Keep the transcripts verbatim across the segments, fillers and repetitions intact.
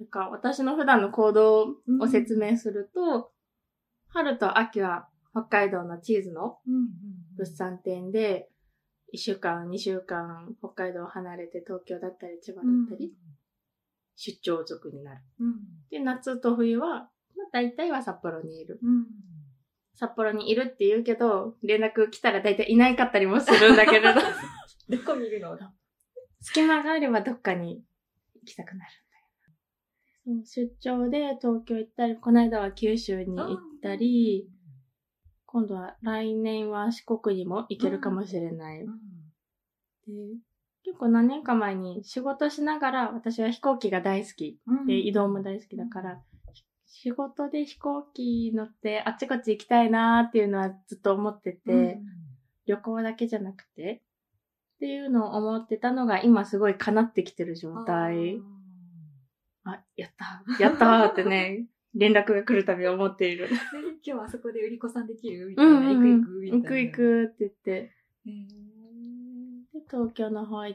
なんか私の普段の行動を説明すると、うん、春と秋は北海道のチーズの物産展で、いっしゅうかん、にしゅうかん北海道を離れて東京だったり千葉だったり、うん、出張族になる。うん、で、夏と冬は、まあ、大体は札幌にいる。うん、札幌にいるって言うけど、連絡来たら大体いないかったりもするんだけれど。 どこにいるの？ 隙間があればどっかに行きたくなるんだよ。出張で東京行ったり、この間は九州に行ったり、今度は来年は四国にも行けるかもしれない。うん、で結構何年か前に仕事しながら、私は飛行機が大好き。うん、で移動も大好きだから、仕事で飛行機乗ってあっちこっち行きたいなーっていうのはずっと思ってて、うん、旅行だけじゃなくてっていうのを思ってたのが今すごい叶ってきてる状態。あ、あやったやったーってね、連絡が来るたび思っている。 今日あそこで売り子さんできるみたいな、うんうん、行く行くみたいな。 行く行くって言って。へーで東京の方行って、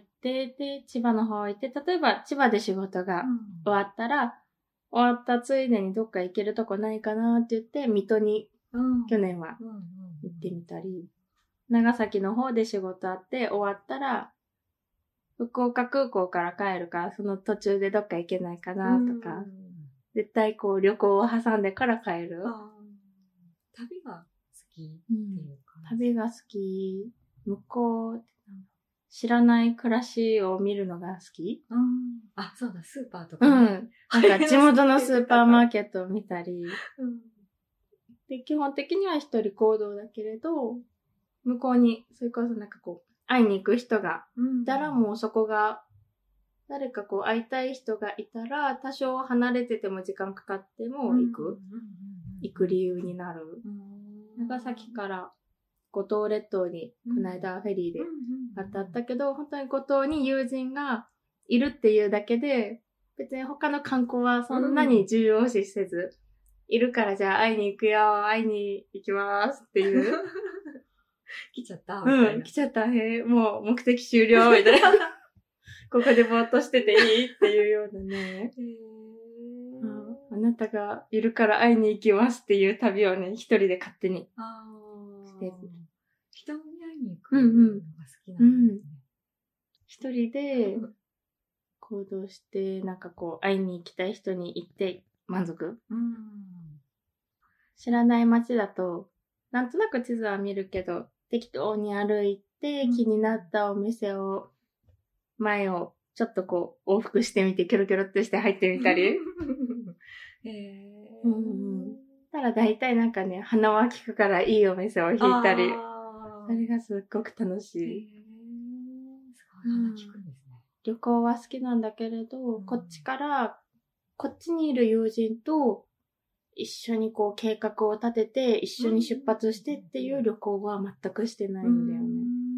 で、千葉の方行って、例えば千葉で仕事が終わったら、うん、終わったついでにどっか行けるとこないかなって言って、水戸に去年は行ってみたり、長崎の方で仕事あって終わったら、福岡空港から帰るから、その途中でどっか行けないかなとか、うん、絶対こう旅行を挟んでから帰る。 旅が好きっていうか、 うん、旅が好き。向こう、知らない暮らしを見るのが好き。 うん、あ、そうだ、スーパーとかね。うん。 なんか地元のスーパーマーケットを見たり。うん、で、基本的には一人行動だけれど、向こうに、それこそなんかこう、会いに行く人がいたら、もうそこが、誰かこう会いたい人がいたら、多少離れてても時間かかっても行く。行く理由になる。長崎から五島列島に、この間フェリーで渡ったけど、本当に五島に友人がいるっていうだけで、別に他の観光はそんなに重要視せず、いるからじゃあ会いに行くよ、会いに行きますっていう。 来ちゃったみたいな。 うん、来ちゃった。へもう目的終了みたいな。ここでぼーっとしてていいっていうようなね。へー、あなたがいるから会いに行きますっていう旅をね、一人で勝手にしてる。 人に会いに行くのが好きなんですね。 一、うんうん、人で行動して、なんかこう、会いに行きたい人に行って満足。うん、知らない街だと、なんとなく地図は見るけど、適当に歩いて気になったお店を、前をちょっとこう往復してみてキョロキョロってして入ってみたり。へー。うんうん。たら大体なんかね、鼻は利くからいいお店を引いたり。あれがすっごく楽しい。へー。 すごい鼻利くんですね、 うん。旅行は好きなんだけれど、うん、こっちから、こっちにいる友人と一緒にこう計画を立てて、一緒に出発してっていう旅行は全くしてないんだよね。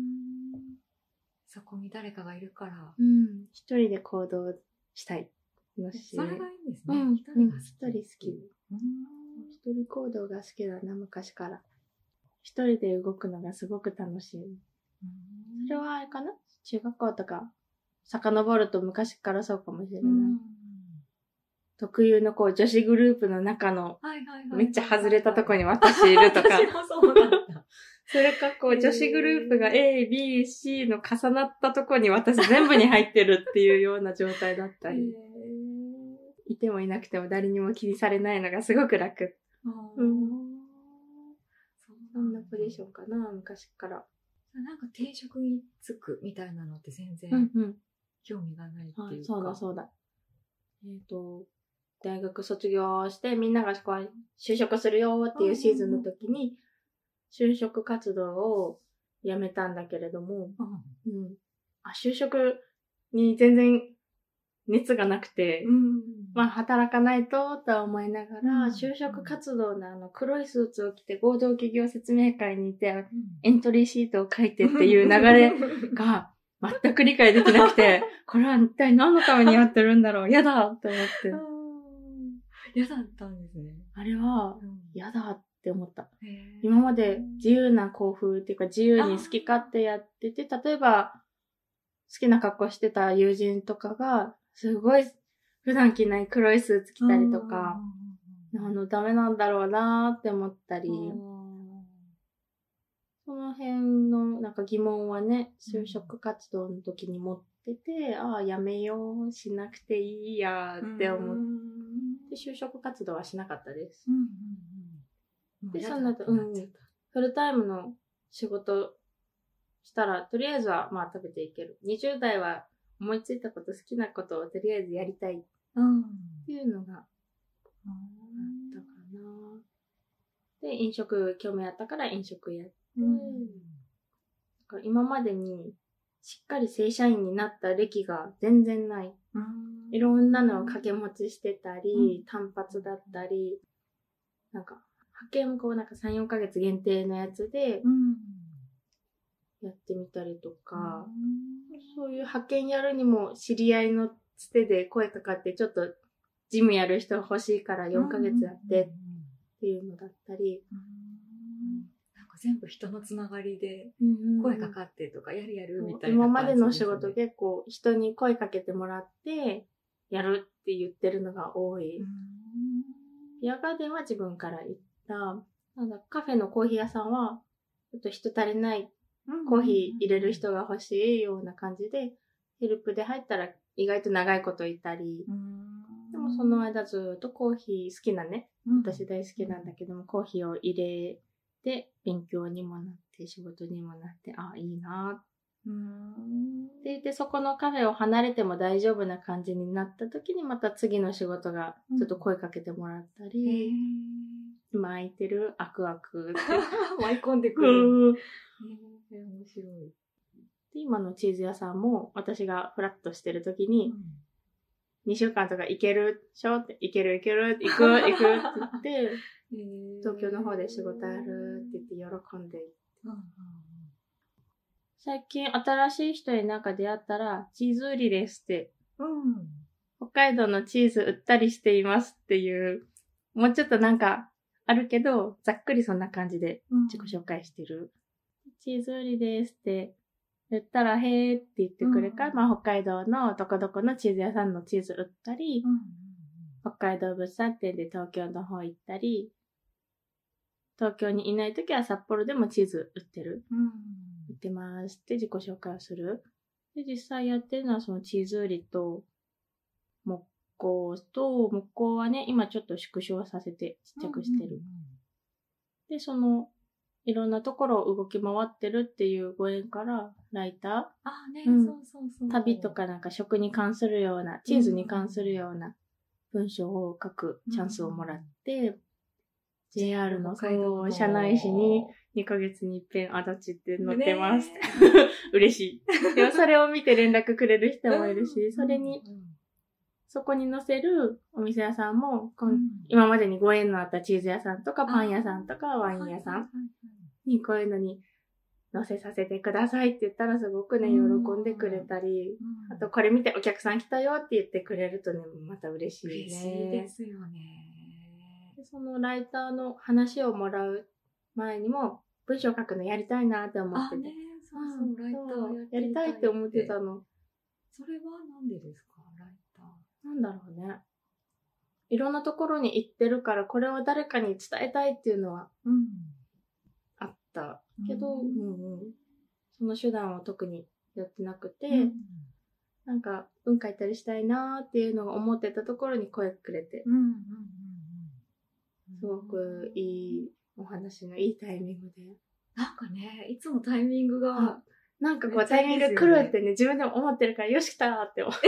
そこに誰かがいるから。 うん。一人で行動したいのし。 それがいいんですね。 うん。一人が好き。一人好き。うん。一人行動が好きだな、昔から。一人で動くのがすごく楽しい。うん。それはあれかな？中学校とか、遡ると昔からそうかもしれない。うん、特有のこう女子グループの中の、めっちゃ外れたとこに私いるとか。 私もそうだった。 それかこう女子グループが A、B、C の重なったとこに私全部に入ってるっていうような状態だったり。いてもいなくても誰にも気にされないのがすごく楽。うん、そんなポジションかな、昔から。 なんか定職に就くみたいなのって全然興味がないっていうか。 うんうん、そうだそうだ。えっと、大学卒業してみんながこう就職するよっていうシーズンの時に、就職活動をやめたんだけれども、うんうん、あ就職に全然熱がなくて、うん、まあ働かないととは思いながら、うん、就職活動のあの黒いスーツを着て合同企業説明会にいて、うん、エントリーシートを書いてっていう流れが全く理解できなくて、これは一体何のためにやってるんだろう、嫌だって思って。 嫌だったんですね。 あれは嫌だって思った。今まで自由な校風っていうか自由に好き勝手やってて、例えば好きな格好してた友人とかがすごい普段着ない黒いスーツ着たりとか、あの、ダメなんだろうなーって思ったり、その辺のなんか疑問はね、就職活動の時に持ってて、ああ、やめよう、しなくていいやって思って、就職活動はしなかったです。うんうんうん、で、その後、うん、フルタイムの仕事したら、とりあえずはまあ食べていける。にじゅう代は思いついたこと、好きなことをとりあえずやりたいっていうのがあったかな。で、飲食興味あったから飲食やって、うん、今までにしっかり正社員になった歴が全然ない。うん、いろんなのを掛け持ちしてたり、うん、単発だったり、なんか派遣もこうなんかさん、よんかげつ限定のやつでやってみたりとか、うん、そういう派遣やるにも知り合いのつてで声かかってちょっとジムやる人欲しいからよんかげつやってっていうのだったり、うん全部人のつながりで声かかってとかやるやるみたいな感じですね。 今までの仕事結構人に声かけてもらってやるって言ってるのが多い。ビアガーデンは自分から行った。なんだカフェのコーヒー屋さんはちょっと人足りない、コーヒー入れる人が欲しいような感じでヘルプで入ったら意外と長いこといたり。でもその間ずっとコーヒー好きなね、私大好きなんだけども、コーヒーを入れで、勉強にもなって、仕事にもなって、あ、いいなうーんで、で、そこのカフェを離れても大丈夫な感じになった時に、また次の仕事がちょっと声かけてもらったり、うん、今空いてるアクアクって舞い込んでくる。 えー、面白い。で、今のチーズ屋さんも私がフラッとしてる時に、うん、にしゅうかんとか行けるでしょって、行ける行ける、行く行くって言って、東京の方で仕事あるって言って喜んで、うんうん、最近新しい人になんか出会ったらチーズ売りですって、うん、北海道のチーズ売ったりしていますっていう、もうちょっとなんかあるけどざっくりそんな感じで自己紹介してる、うん、チーズ売りですって言ったらへーって言ってくれから、うん、まあ北海道のどこどこのチーズ屋さんのチーズ売ったり、うん、北海道物産展で東京の方行ったり、東京にいないときは札幌でもチーズ売ってる。うん、売ってますって自己紹介をする。で、実際やってるのはそのチーズ売りと木工と、木工はね、今ちょっと縮小させてちっちゃくしてる。うんうんうん、で、その、いろんなところを動き回ってるっていうご縁から、ライター。 ああね、うん、そうそうそう。 旅とかなんか食に関するような、チーズに関するような文章を書くチャンスをもらって、うんジェイアール のそう車内紙ににかげつに一遍足立って載ってます。嬉しい。でもそれを見て連絡くれる人もいるし、それに、そこに載せるお店屋さんも、うん、今までにご縁のあったチーズ屋さんとかパン屋さんとかワイン屋さんにこういうのに載せさせてくださいって言ったらすごくね、喜んでくれたり、うん、あとこれ見てお客さん来たよって言ってくれるとね、また嬉しいね。 嬉しいですよね。 でそのライターの話をもらう前にも文章書くのやりたいなって思ってて。 あね、そうそう、ライターやりたいって思ってたの。 それはなんでですか、ライター。 なんだろうね。いろんなところに行ってるからこれを誰かに伝えたいっていうのはあったけど、うんうんうん、その手段を特にやってなくて、うん、なんか文書いたりしたいなっていうのが思ってたところに声くれて。うんうんうんすごくいいお話のいいタイミングで。 なんかね、いつもタイミングが、 なんかこうタイミング来るってね、自分でも思ってるから、よし来たーって思って。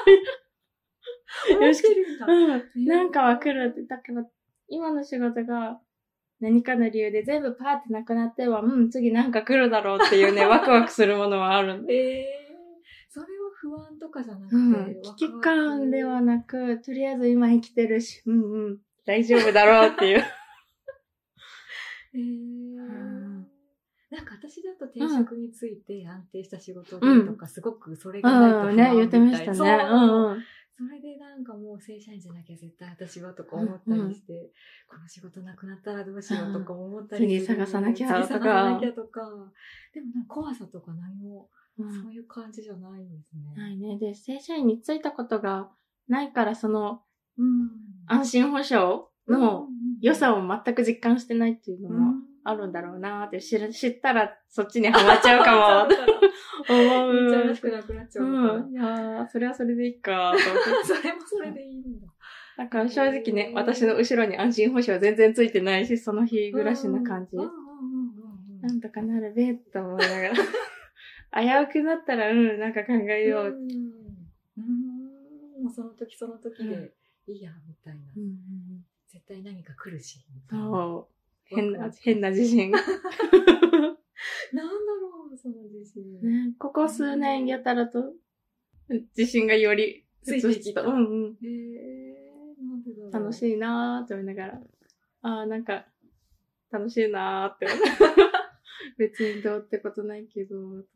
よし来るんだ。うん。なんかは来るって。だから、今の仕事が何かの理由で全部パーってなくなっては、うん、次なんか来るだろうっていうね、ワクワクするものはあるんで。 えー、それは不安とかじゃなくて、 うん、危機感ではなく、とりあえず今生きてるし、うんうん。大丈夫だろうっていう。 えー、なんか私だと転職について安定した仕事でとか、うん、すごくそれがないと不安みたいな。ね、言ってましたね。そう、うんうん。それでなんかもう正社員じゃなきゃ絶対私はとか思ったりして、うんうん、この仕事なくなったらどうしようとか思ったりして、うん、次探さなきゃとか。 次探さなきゃとか。でもなんか怖さとか何も、そういう感じじゃないんですね。 ないね。で、正社員についたことがないからその、 うん、 安心保障の良さを全く実感してないっていうのもあるんだろうなーって知る、知ったらそっちにハマっちゃうかも思う。 めっちゃらしくなくなっちゃうのかな。 うん。いやー、それはそれでいいかーと思って。 それもそれでいいんだ。 だから正直ね、私の後ろに安心保障は全然ついてないし、その日暮らしな感じ。なんとかなるべと思いながら。危うくなったら、うん、なんか考えよう。 うん。うん。もうその時その時でいいや、みたいな。うん、絶対何か来るし。 そう。変な、変な自信。 なんだろう、その自信。 ね、ここ数年やたらと、自信がよりついてきた。 うんうん。 へー、なんでだろう。 楽しいなーって思いながら。あー、なんか、楽しいなーって思う。別にどうってことないけど。へー、うん、 なん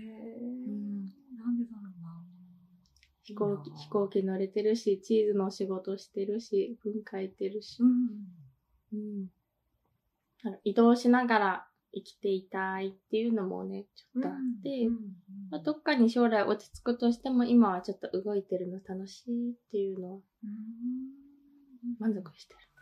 でだろうな。 飛行機、飛行機乗れてるし、チーズの仕事してるし、文書いてるし。うん。うん。移動しながら生きていたいっていうのもね、ちょっとあって、うんうんまあ、どっかに将来落ち着くとしても、今はちょっと動いてるの楽しいっていうのは、満足してる。